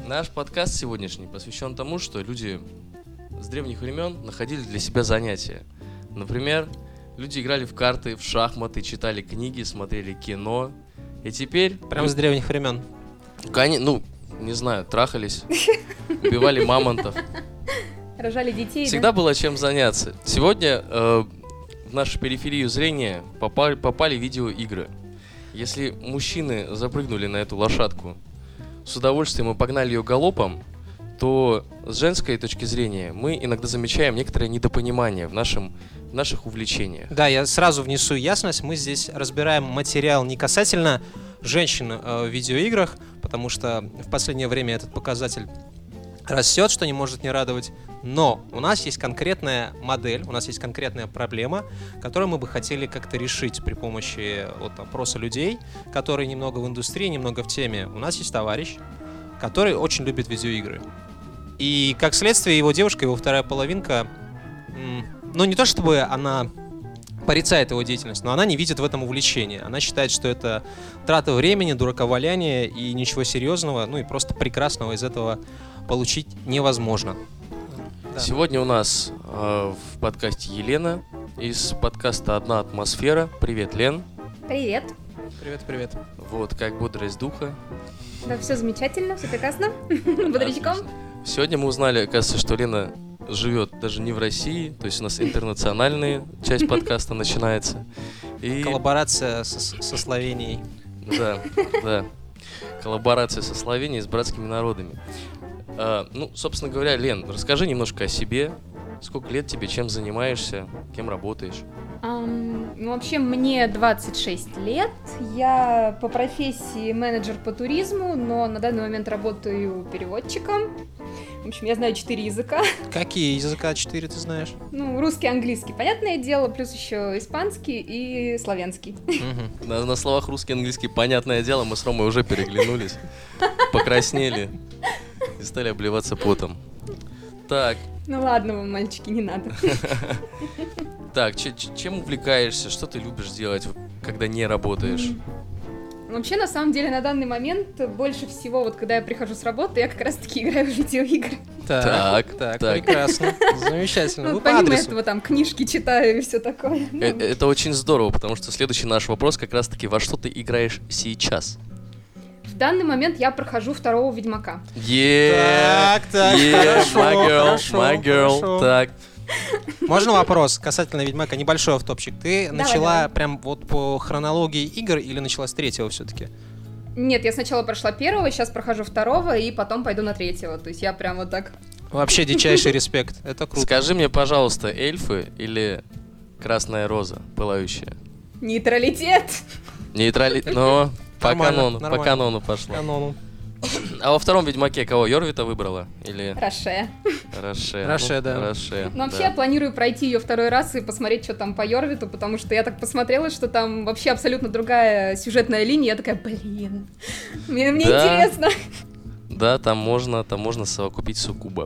Наш подкаст сегодняшний посвящен тому, что люди с древних времен находили для себя занятия. Например, люди играли в карты, в шахматы, читали книги, смотрели кино. И теперь... Прямо с древних времен. Ну, не знаю, трахались, убивали мамонтов. Рожали детей, Всегда было чем заняться. Сегодня в нашу периферию зрения попали видеоигры. Если мужчины запрыгнули на эту лошадку с удовольствием и погнали ее галопом, то с женской точки зрения мы иногда замечаем некоторое недопонимание в наших увлечениях. Да, я сразу внесу ясность. Мы здесь разбираем материал не касательно женщин в видеоиграх, потому что в последнее время этот показатель растет, что не может не радовать. Но у нас есть конкретная модель, у нас есть конкретная проблема, которую мы бы хотели как-то решить при помощи опроса людей, которые немного в индустрии, немного в теме. У нас есть товарищ, который очень любит видеоигры. И как следствие его девушка, его вторая половинка, не то чтобы она порицает его деятельность, но она не видит в этом увлечения. Она считает, что это трата времени, дураковаляние и ничего серьезного, и просто прекрасного из этого получить невозможно. Да. Сегодня у нас в подкасте Елена из подкаста «Одна атмосфера». Привет, Лен. Привет. Привет. Вот, как бодрость духа. Да, все замечательно, все прекрасно. Бодрячком. Сегодня мы узнали, оказывается, что Лена живет даже не в России, то есть у нас интернациональная часть подкаста начинается. И... Коллаборация со Словенией. Да. Коллаборация со Словенией с братскими народами. Собственно говоря, Лен, расскажи немножко о себе. Сколько лет тебе, чем занимаешься, кем работаешь? Вообще мне 26 лет. Я по профессии менеджер по туризму, но на данный момент работаю переводчиком. В общем, я знаю 4 языка. Какие языка 4 ты знаешь? Русский, английский, понятное дело, плюс еще испанский и славянский. На словах русский, английский, понятное дело, мы с Ромой уже переглянулись, покраснели и стали обливаться потом. Так. Ну ладно вам, мальчики, не надо. Так, чем увлекаешься? Что ты любишь делать, когда не работаешь? Вообще, на самом деле, на данный момент больше всего, когда я прихожу с работы, я как раз-таки играю в видеоигры. Так, прекрасно, замечательно. Вы помимо этого, там, книжки читаю и все такое. Это очень здорово, потому что следующий наш вопрос как раз-таки: во что ты играешь сейчас? В данный момент я прохожу второго Ведьмака. My girl, так. Можно вопрос касательно Ведьмака? Небольшой автопчик. Ты начала прям по хронологии игр или начала с третьего все-таки? Нет, я сначала прошла первого, сейчас прохожу второго и потом пойду на третьего. То есть я прям вот так... Вообще дичайший респект. Это круто. Скажи мне, пожалуйста, эльфы или красная роза пылающая? Нейтралитет! Но по канону пошло. А во втором Ведьмаке кого? Йорвита выбрала? Или... Роше, да. Роше. Вообще я планирую пройти ее второй раз и посмотреть, что там по Йорвиту, потому что я так посмотрела, что там вообще абсолютно другая сюжетная линия. Я такая, мне интересно. Да, там можно совокупить суккуба.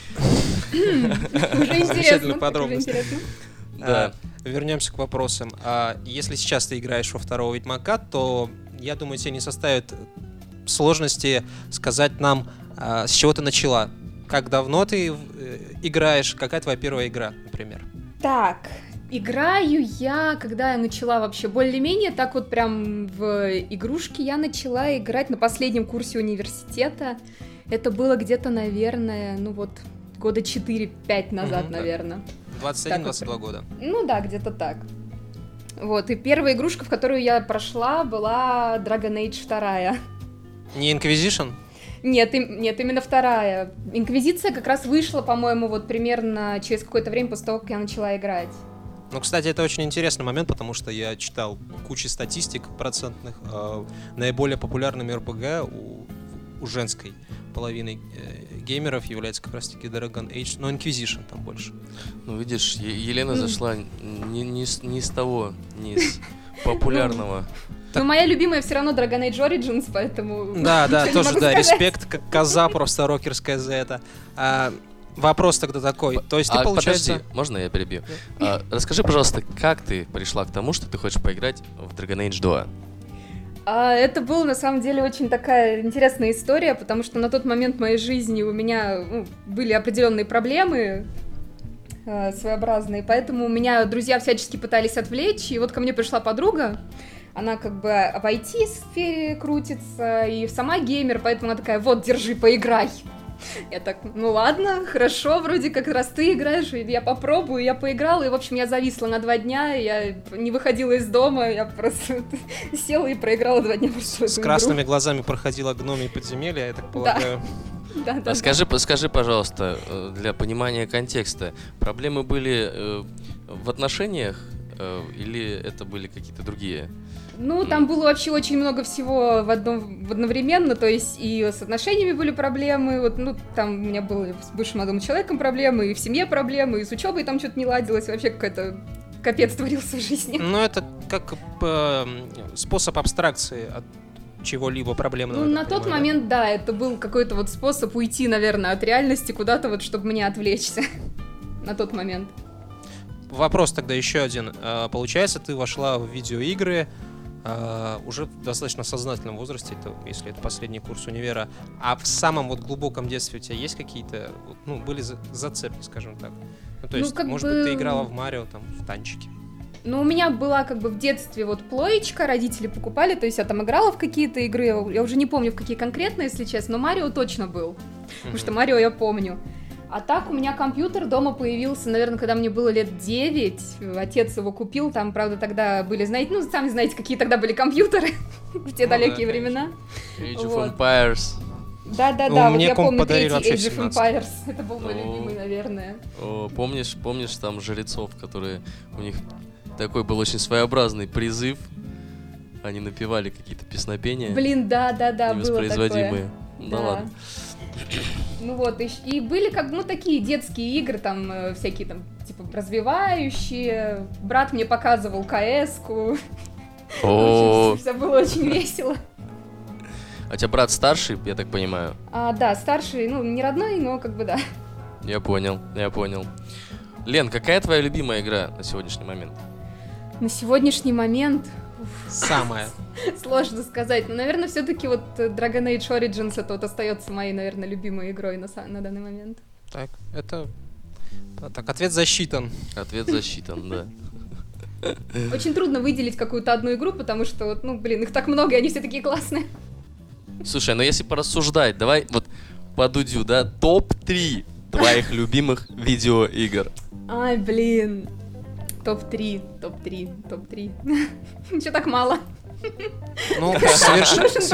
Уже интересно. Подробности. Да. Вернемся к вопросам. Если сейчас ты играешь во второго Ведьмака, то, я думаю, тебе не составит сложности сказать нам, с чего ты начала. Как давно ты играешь? Какая твоя первая игра, например? Так, играю я, когда я начала вообще более-менее, так вот прям в игрушки я начала играть на последнем курсе университета. Это было где-то, наверное, года 4-5 назад, наверное. 21-22 года. Да, где-то так. И первая игрушка, в которую я прошла, была Dragon Age 2. Не Inquisition? Нет, именно вторая. Инквизиция как раз вышла, по-моему, примерно через какое-то время после того, как я начала играть. Кстати, это очень интересный момент, потому что я читал кучу статистик процентных. Наиболее популярными РПГ у женской половины геймеров является как раз-таки Dragon Age, но Inquisition там больше. Видишь, Елена зашла не с того, не с популярного. Моя любимая все равно Dragon Age Origins, поэтому... Да, тоже, респект, как коза просто рокерская за это. Вопрос тогда такой, то есть ты, получается... Подожди, можно я перебью? Расскажи, пожалуйста, как ты пришла к тому, что ты хочешь поиграть в Dragon Age 2? Это была, на самом деле, очень такая интересная история, потому что на тот момент в моей жизни у меня были определенные проблемы своеобразные, поэтому меня друзья всячески пытались отвлечь, и вот ко мне пришла подруга, она как бы в IT-сфере крутится, и сама геймер, поэтому она такая: вот, держи, поиграй. Я так: ну ладно, хорошо, вроде как раз ты играешь, я попробую. Я поиграла, и, в общем, я зависла на 2 дня, я не выходила из дома, я просто села и проиграла 2 дня. С красными глазами проходила гномий подземелья, я так полагаю. Да. Скажи, пожалуйста, для понимания контекста, проблемы были в отношениях или это были какие-то другие? Ну, там было вообще очень много всего одновременно, то есть и с отношениями были проблемы, вот, ну, там у меня были с бывшим молодым человеком проблемы, и в семье проблемы, и с учебой там что-то не ладилось, вообще какой-то капец творился в жизни. Ну, это как способ абстракции от чего-либо проблемного. Ну, на тот момент, да, это был какой-то вот способ уйти, наверное, от реальности куда-то вот, чтобы мне отвлечься на тот момент. Вопрос тогда еще один. Получается, ты вошла в видеоигры уже в достаточно сознательном возрасте, если это последний курс универа, а в самом вот глубоком детстве у тебя есть какие-то, ну, были зацепки, скажем так? Ну, то есть, может быть, ты играла в Марио, там, в танчики? Ну, у меня была как бы в детстве вот плоечка, родители покупали, то есть я там играла в какие-то игры, я уже не помню в какие конкретно, если честно, но Марио точно был, потому что Марио я помню. А так у меня компьютер дома появился, наверное, когда мне было лет 9, отец его купил, там, правда, тогда были, знаете, ну, сами знаете, какие тогда были компьютеры в те далекие времена. Age of Empires. Да, Ну, вот я помню подарили третий вообще Age of Empires, это был мой любимый, наверное. Помнишь там жрецов, которые, у них такой был очень своеобразный призыв, они напевали какие-то песнопения. Блин, да, было такое. Невоспроизводимые. Да. Ну ладно. Ну вот, и были как, ну, такие детские игры, там, всякие там, типа, развивающие. Брат мне показывал КС-ку. Все было очень весело. А у тебя брат старший, я так понимаю? Да, старший, ну, не родной, но как бы да. Я понял. Лен, какая твоя любимая игра на сегодняшний момент? На сегодняшний момент... Самая. Сложно сказать, но, наверное, все-таки вот Dragon Age Origins это вот остается моей, наверное, любимой игрой на данный момент. Так, это... Так, ответ засчитан. Ответ засчитан, да. Очень трудно выделить какую-то одну игру, потому что, вот, ну, блин, их так много, и они все такие классные. Слушай, ну если порассуждать, давай вот по Дудю, да, топ-3 твоих любимых видеоигр. Ай, блин. Топ-3. Ничего так мало. Ну, с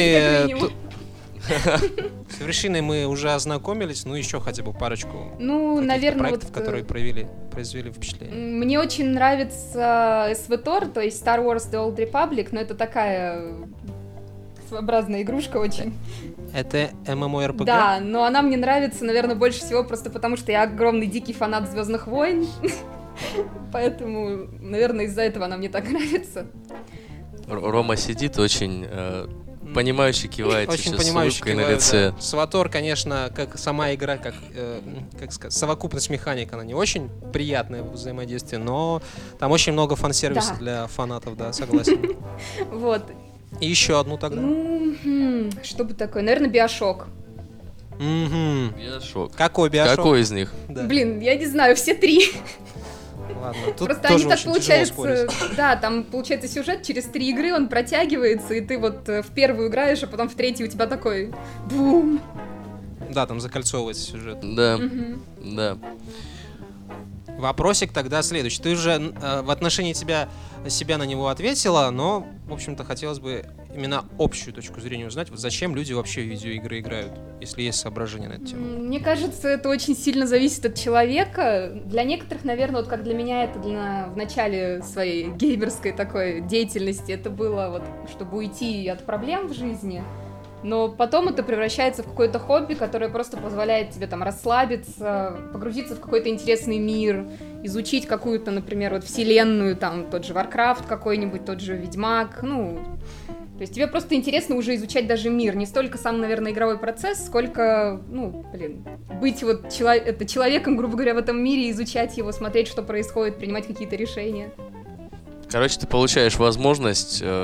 вершиной мы уже ознакомились, ну еще хотя бы парочку проектов, которые произвели впечатление. Мне очень нравится SWTOR, то есть Star Wars The Old Republic, но это такая своеобразная игрушка очень. Это MMORPG? Да, но она мне нравится, наверное, больше всего просто потому, что я огромный дикий фанат «Звездных войн», поэтому, наверное, из-за этого она мне так нравится. Рома сидит очень понимающе кивает, очень сейчас с улыбкой на лице. Да. SWTOR, конечно, как сама игра, как сказать, совокупность механик, она не очень приятное взаимодействие, но там очень много фан-сервиса для фанатов, да, согласен. Вот. И еще одну тогда. Что бы такое? Наверное, Биошок. Биошок. Какой Биошок? Какой из них? Да. Блин, я не знаю, все 3. Ладно, тут просто тоже они так получается, да, там получается сюжет через 3 игры, он протягивается, и ты вот в первую играешь, а потом в третью у тебя такой бум. Да, там закольцовывается сюжет. Да, да. Вопросик тогда следующий. Ты уже в отношении себя на него ответила, но, в общем-то, хотелось бы именно общую точку зрения узнать, вот зачем люди вообще в видеоигры играют, если есть соображения на эту тему. Мне кажется, это очень сильно зависит от человека. Для некоторых, наверное, вот как для меня это в начале своей геймерской такой деятельности, это было вот, чтобы уйти от проблем в жизни. Но потом это превращается в какое-то хобби, которое просто позволяет тебе там расслабиться, погрузиться в какой-то интересный мир, изучить какую-то, например, вот вселенную, там, тот же Warcraft какой-нибудь, тот же Ведьмак, ну... То есть тебе просто интересно уже изучать даже мир, не столько сам, наверное, игровой процесс, сколько, быть вот человеком, грубо говоря, в этом мире, изучать его, смотреть, что происходит, принимать какие-то решения. Короче, ты получаешь возможность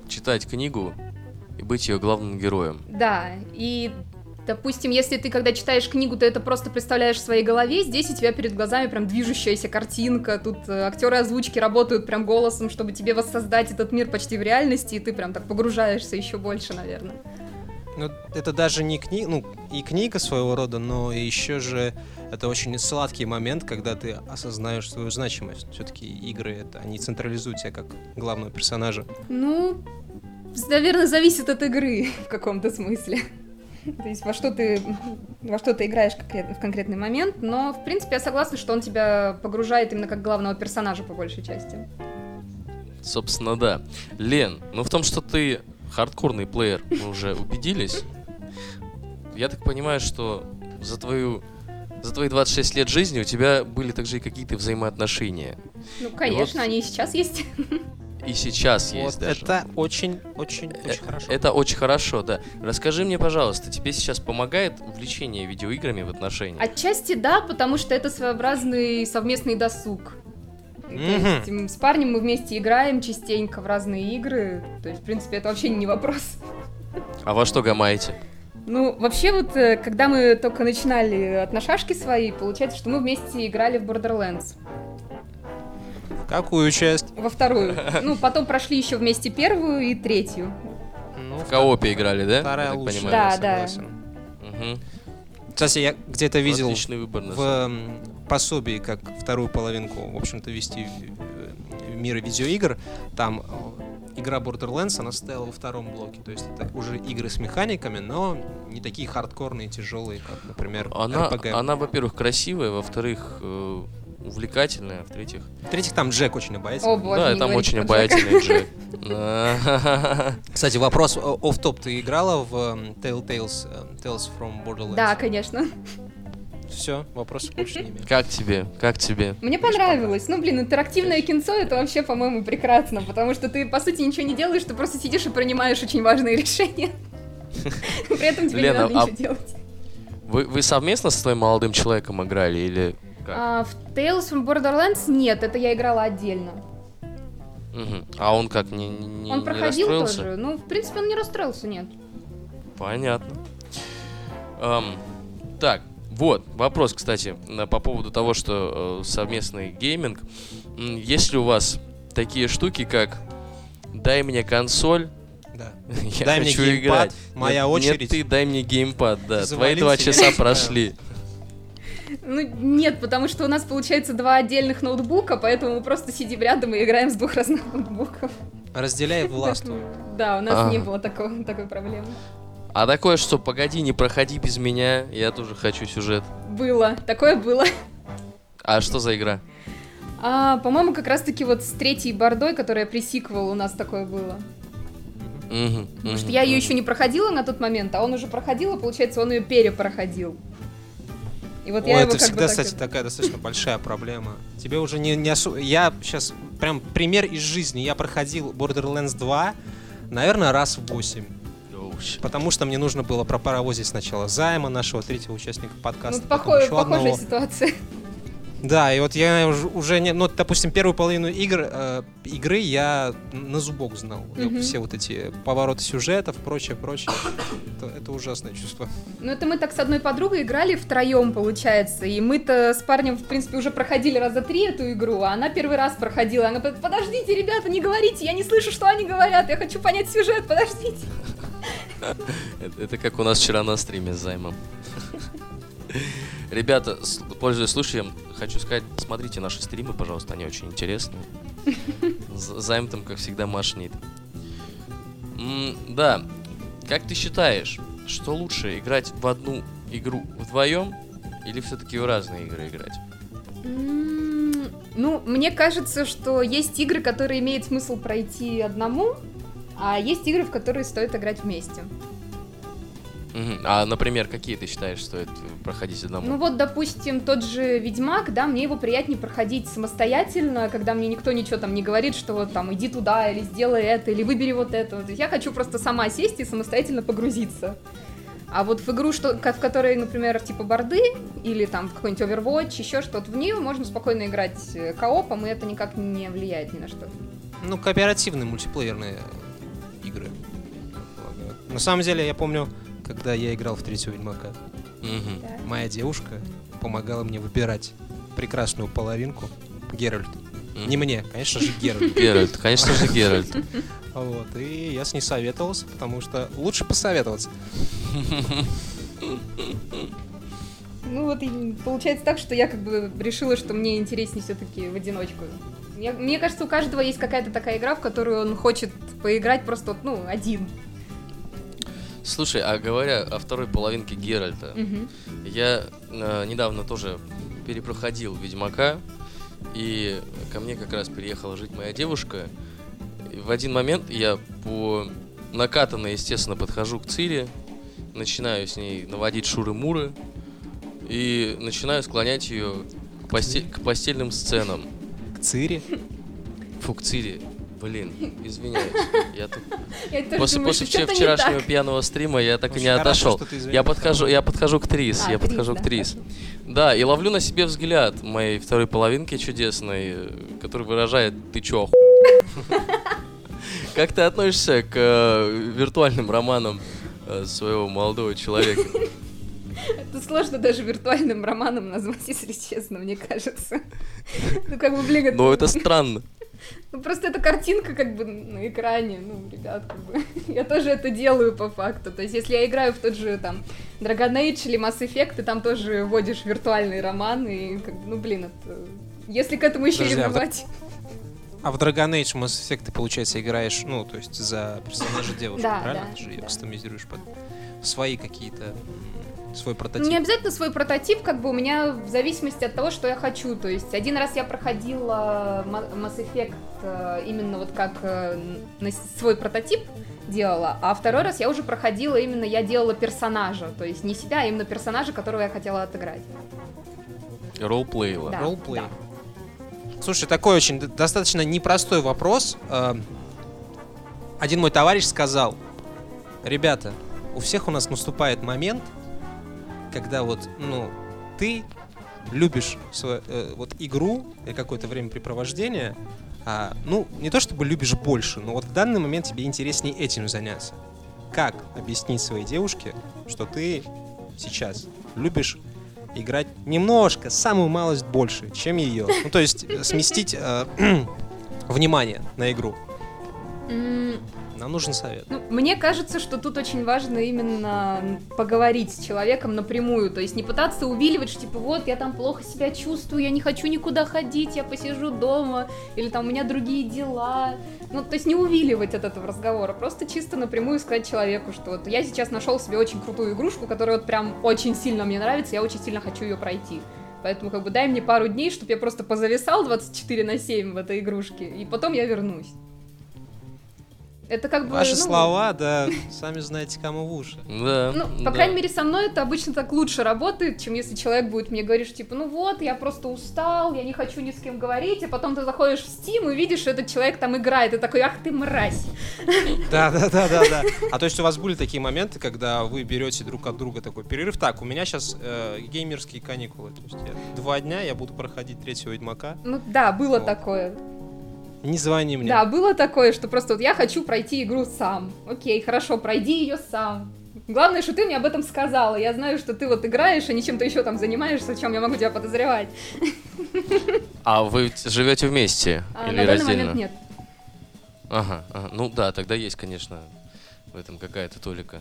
читать книгу и быть ее главным героем. Да, и, допустим, если ты, когда читаешь книгу, ты это просто представляешь в своей голове, здесь у тебя перед глазами прям движущаяся картинка, тут актеры озвучки работают прям голосом, чтобы тебе воссоздать этот мир почти в реальности, и ты прям так погружаешься еще больше, наверное. Ну, это даже не книга, ну, и книга своего рода, но еще же это очень сладкий момент, когда ты осознаешь свою значимость. Все-таки игры, это они централизуют тебя как главного персонажа. Ну, наверное, зависит от игры в каком-то смысле. То есть во что ты играешь в конкретный момент, но, в принципе, я согласна, что он тебя погружает именно как главного персонажа по большей части. Собственно, да. Лен, ну в том, что ты хардкорный плеер, мы уже убедились. Я так понимаю, что за твои 26 лет жизни у тебя были также и какие-то взаимоотношения. Ну, конечно, они и сейчас есть. И сейчас есть Вот даже. это очень хорошо. Это очень хорошо, да. Расскажи мне, пожалуйста, тебе сейчас помогает увлечение видеоиграми в отношениях? Отчасти да, потому что это своеобразный совместный досуг. То есть с парнем мы вместе играем частенько в разные игры. То есть, в принципе, это вообще не вопрос. А во что гамаете? Ну, вообще вот, когда мы только начинали отношашки свои, получается, что мы вместе играли в Borderlands. Какую часть? Во вторую. Ну, потом прошли еще вместе первую и третью. Ну, В коопе играли, да? вторая Я так лучше. понимаю. Да. Согласен. Мгм. Кстати, я где-то видел Отличный выбор, на самом деле. в пособии, как вторую половинку, в общем-то, вести в мир видеоигр. Там игра Borderlands, она стояла во втором блоке. То есть это уже игры с механиками, но не такие хардкорные, тяжелые, как, например, RPG. Она, во-первых, красивая, во-вторых, увлекательная, в-третьих... В-третьих, там Джек очень обаятельный. О, боже, Да, не там говорите очень про Джека. обаятельный Джек. Кстати, вопрос офф-топ. Ты играла в Tales from Borderlands? Да, конечно. Все, вопросов больше не имею. Как тебе? Как тебе? Мне понравилось. Ну, блин, интерактивное кинцо — это вообще, по-моему, прекрасно, потому что ты, по сути, ничего не делаешь, ты просто сидишь и принимаешь очень важные решения. При этом тебе не Лена, надо ничего делать. Вы совместно со своим молодым человеком играли или как? В Tales from Borderlands нет, это я играла отдельно. Мгм. А он как, не Он проходил расстроился? тоже. Ну, в принципе, он не расстроился, нет. Понятно. Так, вот, вопрос, кстати, по поводу того, что совместный гейминг. Есть ли у вас такие штуки, как «дай мне консоль, Да. я Дай мне хочу геймпад, играть». моя Нет, очередь. Нет, ты дай мне геймпад, да. Ты Твои 2 завалился, часа я не прошли. Ну, нет, потому что у нас, получается, 2 отдельных ноутбука, поэтому мы просто сидим рядом и играем с 2 разных ноутбуков. Разделяй власть. Да, у нас не Ага. было такой проблемы. А такое, что погоди, не проходи без меня, я тоже хочу сюжет. Было, такое было. А что за игра? По-моему, как раз-таки вот с 3-й бордой, которая пресиквел, у нас такое было. Потому что я ее еще не проходила на тот момент, а он уже проходил, и, получается, он ее перепроходил. И вот я Ой, его это как всегда, бы так кстати, такая достаточно большая проблема. Тебе уже не особо... Я сейчас прям пример из жизни. Я проходил Borderlands 2, наверное, раз в 8. Потому что мне нужно было пропаровозить сначала Займа, нашего 3-го участника подкаста. Ну, потом еще похожая одного. ситуация. Да, и вот я уже не... Ну, допустим, первую половину игры я на зубок знал. Мгм. Все вот эти повороты сюжетов, прочее. Это ужасное чувство. Ну, это мы так с одной подругой играли втроем, получается. И мы-то с парнем, в принципе, уже проходили раза 3 эту игру, а она первый раз проходила. Она говорит: подождите, ребята, не говорите, я не слышу, что они говорят, я хочу понять сюжет, подождите. Это как у нас вчера на стриме с Займом. Ребята, пользуясь случаем, хочу сказать, смотрите наши стримы, пожалуйста, они очень интересные. Займ там, как всегда, мошнит. Да, как ты считаешь, что лучше, играть в одну игру вдвоем или все-таки в разные игры играть? Ну, мне кажется, что есть игры, которые имеет смысл пройти одному, а есть игры, в которые стоит играть вместе. А, например, какие ты считаешь стоит проходить одному? Ну вот, допустим, тот же Ведьмак, да, мне его приятнее проходить самостоятельно, когда мне никто ничего там не говорит, что вот там иди туда, или сделай это, или выбери вот это. То есть я хочу просто сама сесть и самостоятельно погрузиться. А вот в игру, в которой, например, типа борды, или там в какой-нибудь Overwatch, еще что-то, в нее можно спокойно играть коопом, и это никак не влияет ни на что. Ну, кооперативные мультиплеерные На самом деле, я помню, когда я играл в третьего Ведьмака, Мгм. Да. моя девушка помогала мне выбирать прекрасную половинку Геральт. Мгм. Не мне, конечно же, Геральт. Геральт, конечно же, Геральт. Вот, и я с ней советовался, потому что лучше посоветоваться. Ну вот и получается так, что я как бы решила, что мне интереснее все-таки в одиночку. Мне кажется, у каждого есть какая-то такая игра, в которую он хочет поиграть просто вот, ну, один. Слушай, а говоря о второй половинке Геральта, Мгм. я недавно тоже перепроходил Ведьмака, и ко мне как раз переехала жить моя девушка. И в один момент я по накатанной, естественно, подхожу к Цири, начинаю с ней наводить шуры-муры и начинаю склонять ее к постельным сценам. К Цири. Фу, к Цири. Блин, извиняюсь. Я тут... Я тоже После думаю, что что-то не вчерашнего так. пьяного стрима я так и не Очень хорошо, отошел. что ты Я извинился. подхожу к Трис, А, я Трис, подхожу да, к Трис. хорошо. Да, и ловлю на себе взгляд моей второй половинки чудесной, который выражает «ты чё, оху-?» Как ты относишься к виртуальным романам своего молодого человека? Это сложно даже виртуальным романом назвать, если честно, мне кажется. Ну, как бы, блин, Но это странно. ну, просто эта картинка как бы на экране, ну, ребят, как бы, я тоже это делаю по факту. То есть, если я играю в тот же, там, Dragon Age или Mass Effect, ты там тоже вводишь виртуальный роман, и, как бы, ну, блин, это... Если к этому еще Подожди, ревновать... А в Dragon Age Mass Effect ты, получается, играешь, ну, то есть за персонажа девушки, Да, правильно? да, Ты же ее да. кастомизируешь под свои какие-то, свой прототип. Не обязательно свой прототип, как бы у меня в зависимости от того, что я хочу. То есть один раз я проходила Mass Effect именно вот как на свой прототип делала, а второй раз я уже проходила именно, я делала персонажа. То есть не себя, а именно персонажа, которого я хотела отыграть. Ролплейла. Да. Ролплей. Слушай, такой очень достаточно непростой вопрос. Один мой товарищ сказал: ребята, у всех у нас наступает момент, когда вот, ну, ты любишь вот игру или какое-то времяпрепровождение, ну, не то чтобы любишь больше, но вот в данный момент тебе интереснее этим заняться. Как объяснить своей девушке, что ты сейчас любишь играть немножко, самую малость больше, чем ее? Ну, то есть сместить внимание на игру. Нам нужен совет. Ну, мне кажется, что тут очень важно именно поговорить с человеком напрямую, то есть не пытаться увиливать, что типа вот я там плохо себя чувствую, я не хочу никуда ходить, я посижу дома, или там у меня другие дела. Ну, то есть не увиливать от этого разговора, просто чисто напрямую сказать человеку, что вот я сейчас нашел себе очень крутую игрушку, которая вот прям очень сильно мне нравится, я очень сильно хочу ее пройти. Поэтому как бы дай мне пару дней, чтобы я просто позависал 24/7 в этой игрушке, и потом я вернусь. Это как бы, Ваши ну, слова, да, сами знаете, кому в уши. Да. Ну, по да. крайней мере, со мной это обычно так лучше работает, чем если человек будет мне говорить, что, типа, ну вот, я просто устал, я не хочу ни с кем говорить, а потом ты заходишь в Steam и видишь, что этот человек там играет, и такой, ах ты мразь. Да. А то есть у вас были такие моменты, когда вы берете друг от друга такой перерыв? Так, у меня сейчас геймерские каникулы. То есть 2 дня я буду проходить третьего Ведьмака. Ну да, было Вот. такое. Не звони мне. Да, было такое, что просто вот я хочу пройти игру сам. Окей, хорошо, пройди ее сам. Главное, что ты мне об этом сказала. Я знаю, что ты вот играешь, а не чем-то еще там занимаешься, в чем я могу тебя подозревать. А вы живете вместе А или на данный раздельно? момент нет. Ага. Ну да, тогда есть, конечно, в этом какая-то толика.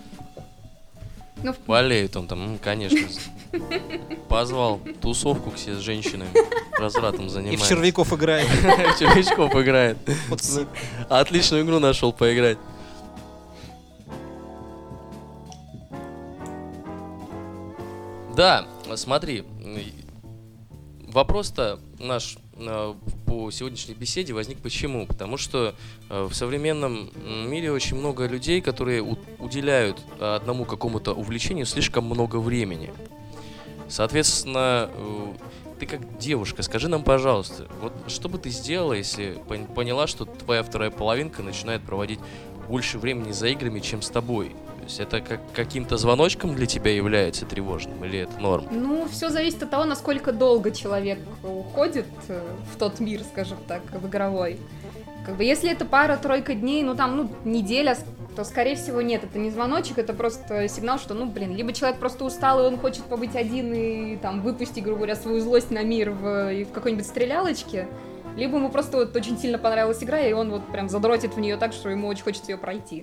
Ну, Болеет он там, конечно. Позвал тусовку к себе с женщинами, развратом И в занимается. червяков играет. В червячков играет. Вот Отличную игру нашел поиграть. Да, смотри, вопрос-то наш по сегодняшней беседе возник почему? Потому что в современном мире очень много людей, которые уделяют одному какому-то увлечению слишком много времени. Соответственно, ты как девушка, скажи нам, пожалуйста, вот что бы ты сделала, если поняла, что твоя вторая половинка начинает проводить больше времени за играми, чем с тобой? То есть это как каким-то звоночком для тебя является тревожным, или это норм? Ну, все зависит от того, насколько долго человек уходит в тот мир, скажем так, в игровой. Как бы, если это пара-тройка дней, ну там, ну, неделя, то, скорее всего, нет, это не звоночек, это просто сигнал, что, либо человек просто устал, и он хочет побыть один и там выпустить, грубо говоря, свою злость на мир в какой-нибудь стрелялочке, либо ему просто вот очень сильно понравилась игра, и он вот прям задротит в нее так, что ему очень хочется ее пройти.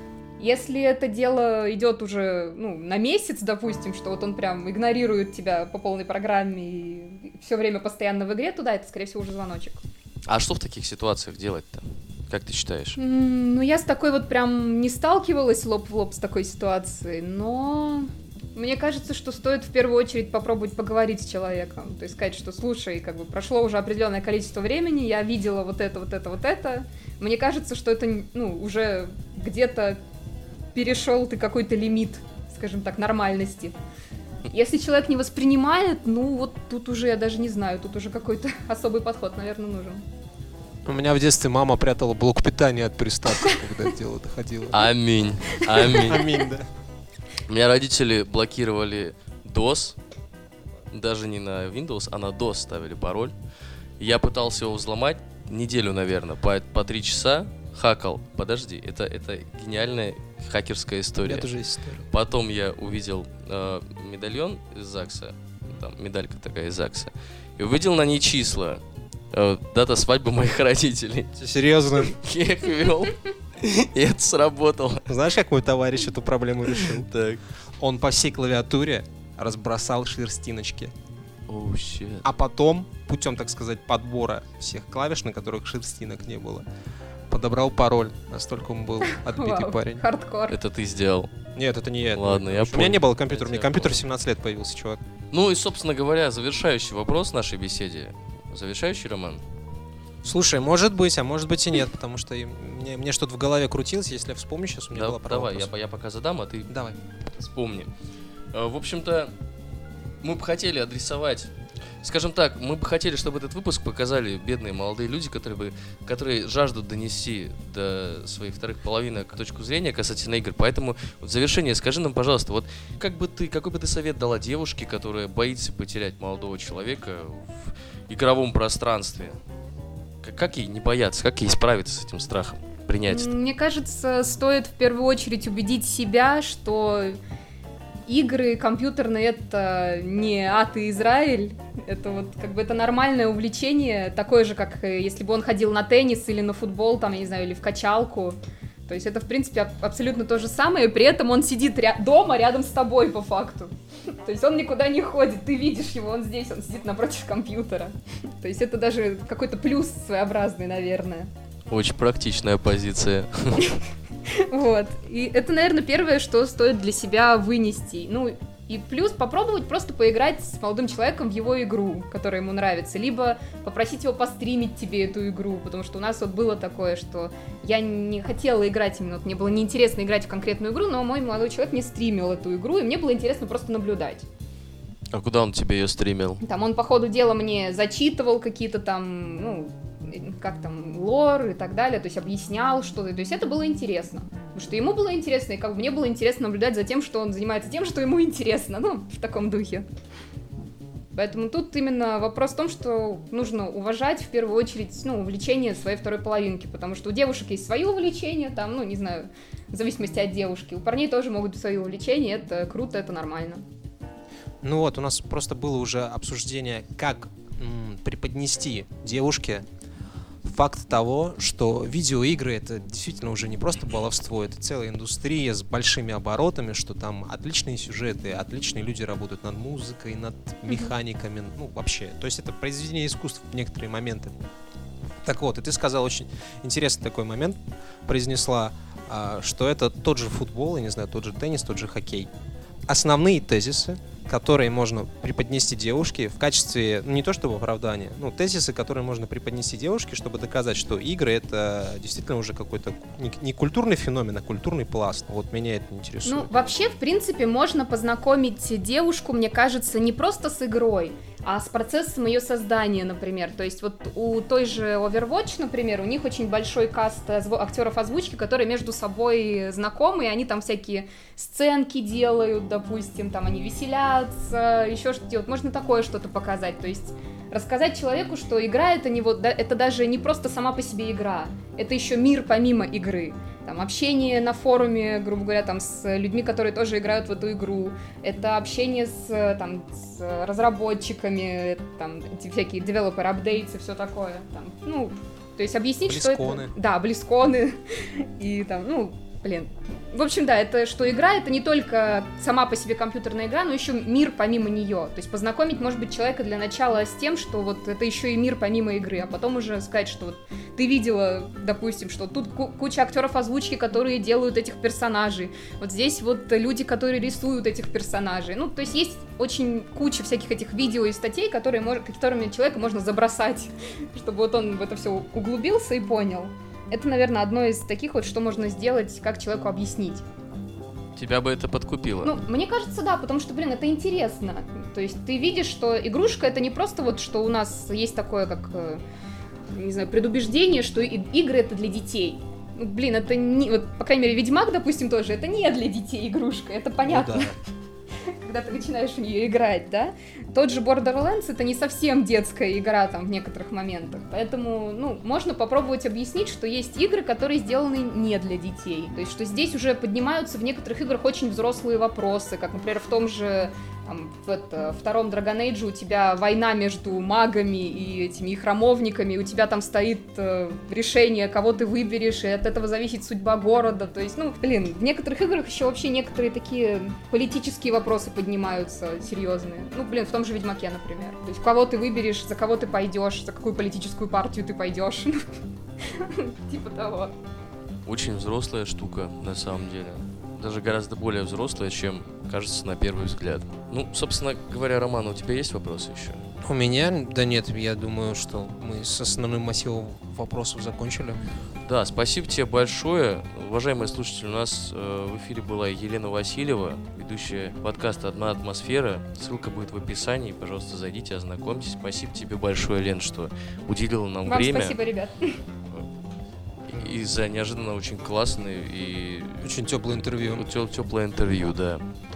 Если это дело идет уже, на месяц, допустим, что вот он прям игнорирует тебя по полной программе и все время постоянно в игре, то да, это, скорее всего, уже звоночек. А что в таких ситуациях делать-то? Как ты считаешь? Я с такой вот прям не сталкивалась лоб в лоб с такой ситуацией, но мне кажется, что стоит в первую очередь попробовать поговорить с человеком. То есть сказать, что слушай, прошло уже определенное количество времени, я видела вот это. Мне кажется, что это, уже где-то перешел ты какой-то лимит, скажем так, нормальности. Если человек не воспринимает, вот тут уже, я даже не знаю, тут уже какой-то особый подход, наверное, нужен. У меня в детстве мама прятала блок питания от приставки, когда дело доходило. Аминь. Аминь, да. У меня родители блокировали DOS, даже не на Windows, а на DOS ставили пароль. Я пытался его взломать неделю, наверное, по 3 часа, хакал. Подожди, это гениальная хакерская история. У меня тоже есть история. Потом я увидел медальон из ЗАГСа, там медалька такая из ЗАГСа, и увидел на ней числа. Дата свадьбы моих родителей. Серьезно? Я их ввел, и это сработало. Знаешь, как мой товарищ эту проблему решил? Так. Он по всей клавиатуре разбросал шерстиночки. Оу, щит. А потом, путем, так сказать, подбора всех клавиш, на которых шерстинок не было, подобрал пароль. Настолько он был отбитый парень. Хардкор. Это ты сделал. Нет, это не я. Ладно, я У понял. меня не было компьютера. Я Мне тебя компьютер в понял. 17 лет появился, чувак. Ну и, собственно говоря, завершающий вопрос нашей беседе. Завершающий, Роман? Слушай, может быть, а может быть и нет, потому что мне что-то в голове крутилось, если я вспомню, сейчас у меня была пара Давай, вопросов. я пока задам, а ты Давай. вспомни. В общем-то, мы бы хотели адресовать... Скажем так, мы бы хотели, чтобы этот выпуск показали бедные молодые люди, которые жаждут донести до своих вторых половинок точку зрения касательно игр. Поэтому в завершение скажи нам, пожалуйста, вот какой бы ты совет дала девушке, которая боится потерять молодого человека в игровом пространстве? Как ей не бояться, как ей справиться с этим страхом, принять это? Мне кажется, стоит в первую очередь убедить себя, что игры компьютерные — это не ад и Израиль, это вот это нормальное увлечение, такое же, как если бы он ходил на теннис или на футбол, там, я не знаю, или в качалку. То есть это, в принципе, абсолютно то же самое, и при этом он сидит дома рядом с тобой, по факту. То есть он никуда не ходит, ты видишь его, он здесь, он сидит напротив компьютера. То есть это даже какой-то плюс своеобразный, наверное. Очень практичная позиция. Вот. И это, наверное, первое, что стоит для себя вынести. И плюс попробовать просто поиграть с молодым человеком в его игру, которая ему нравится, либо попросить его постримить тебе эту игру, потому что у нас вот было такое, что я не хотела играть именно, мне было неинтересно играть в конкретную игру, но мой молодой человек не стримил эту игру, и мне было интересно просто наблюдать. А куда он тебе ее стримил? Там он по ходу дела мне зачитывал какие-то там, лор и так далее, то есть объяснял что-то, то есть это было интересно, потому что ему было интересно, и мне было интересно наблюдать за тем, что он занимается тем, что ему интересно, в таком духе. Поэтому тут именно вопрос в том, что нужно уважать в первую очередь, увлечение своей второй половинки, потому что у девушек есть свои увлечения, там, не знаю, в зависимости от девушки, у парней тоже могут быть свои увлечения, это круто, это нормально. У нас просто было уже обсуждение, как преподнести девушке факт того, что видеоигры — это действительно уже не просто баловство, это целая индустрия с большими оборотами, что там отличные сюжеты, отличные люди работают над музыкой, над механиками, вообще. То есть это произведение искусства в некоторые моменты. Так вот, и ты сказал очень интересный такой момент, произнесла, что это тот же футбол, я не знаю, тот же теннис, тот же хоккей. Основные тезисы, которые можно преподнести девушке в качестве, не то чтобы оправдания, тезисы, которые можно преподнести девушке, чтобы доказать, что игры — это действительно уже какой-то не культурный феномен, а культурный пласт. Вот меня это интересует. Вообще, в принципе, можно познакомить девушку, мне кажется, не просто с игрой, а с процессом ее создания, например. То есть вот у той же Overwatch, например, у них очень большой каст актеров озвучки, которые между собой знакомы, и они там всякие сценки делают, допустим, там они веселятся, еще что-то делают. Можно такое что-то показать. То есть рассказать человеку, что игра — это не это даже не просто сама по себе игра, это еще мир помимо игры. там, общение на форуме, грубо говоря, там, с людьми, которые тоже играют в эту игру, это общение с разработчиками, там, эти всякие developer updates и все такое, там, ну, то есть объяснить, Близконы. что это... Да, близконы, и там, ну, блин. В общем, да, это что игра, это не только сама по себе компьютерная игра, но еще мир помимо нее. То есть познакомить, может быть, человека для начала с тем, что вот это еще и мир помимо игры, а потом уже сказать, что вот ты видела, допустим, что тут куча актеров озвучки, которые делают этих персонажей. Вот здесь вот люди, которые рисуют этих персонажей. Ну, то есть есть очень куча всяких этих видео и статей, которыми человека можно забросать, чтобы вот он в это все углубился и понял. Это, наверное, одно из таких вот, что можно сделать, как человеку объяснить. Тебя бы это подкупило? Ну, мне кажется, да, потому что, блин, это интересно. То есть ты видишь, что игрушка — это не просто вот, что у нас есть такое, как, не знаю, предубеждение, что игры — это для детей. Ну, блин, это не... Вот, по крайней мере, Ведьмак, допустим, тоже, это не для детей игрушка, это понятно. Ну, да. Когда ты начинаешь в нее играть, да? Тот же Borderlands — это не совсем детская игра там в некоторых моментах, поэтому, ну, можно попробовать объяснить, что есть игры, которые сделаны не для детей, то есть, что здесь уже поднимаются в некоторых играх очень взрослые вопросы, как, например, в том же там, в втором Dragon Age у тебя война между магами и этими храмовниками, у тебя там стоит решение, кого ты выберешь, и от этого зависит судьба города. То есть, ну, блин, в некоторых играх еще вообще некоторые такие политические вопросы поднимаются серьезные. Ну, блин, в том же Ведьмаке, например. То есть, кого ты выберешь, за кого ты пойдешь, за какую политическую партию ты пойдешь. Типа того. Очень взрослая штука, на самом деле. Даже гораздо более взрослая, чем кажется на первый взгляд. Ну, собственно говоря, Роман, у тебя есть вопросы еще? У меня? Да нет, я думаю, что мы с основным массивом вопросов закончили. Да, спасибо тебе большое. Уважаемые слушатели, у нас в эфире была Елена Васильева, ведущая подкаста «Одна атмосфера». Ссылка будет в описании. Пожалуйста, зайдите, ознакомьтесь. Спасибо тебе большое, Лен, что уделила нам время. Вам спасибо, ребят. И за неожиданно очень классное и Очень теплое интервью. Теплое интервью, да.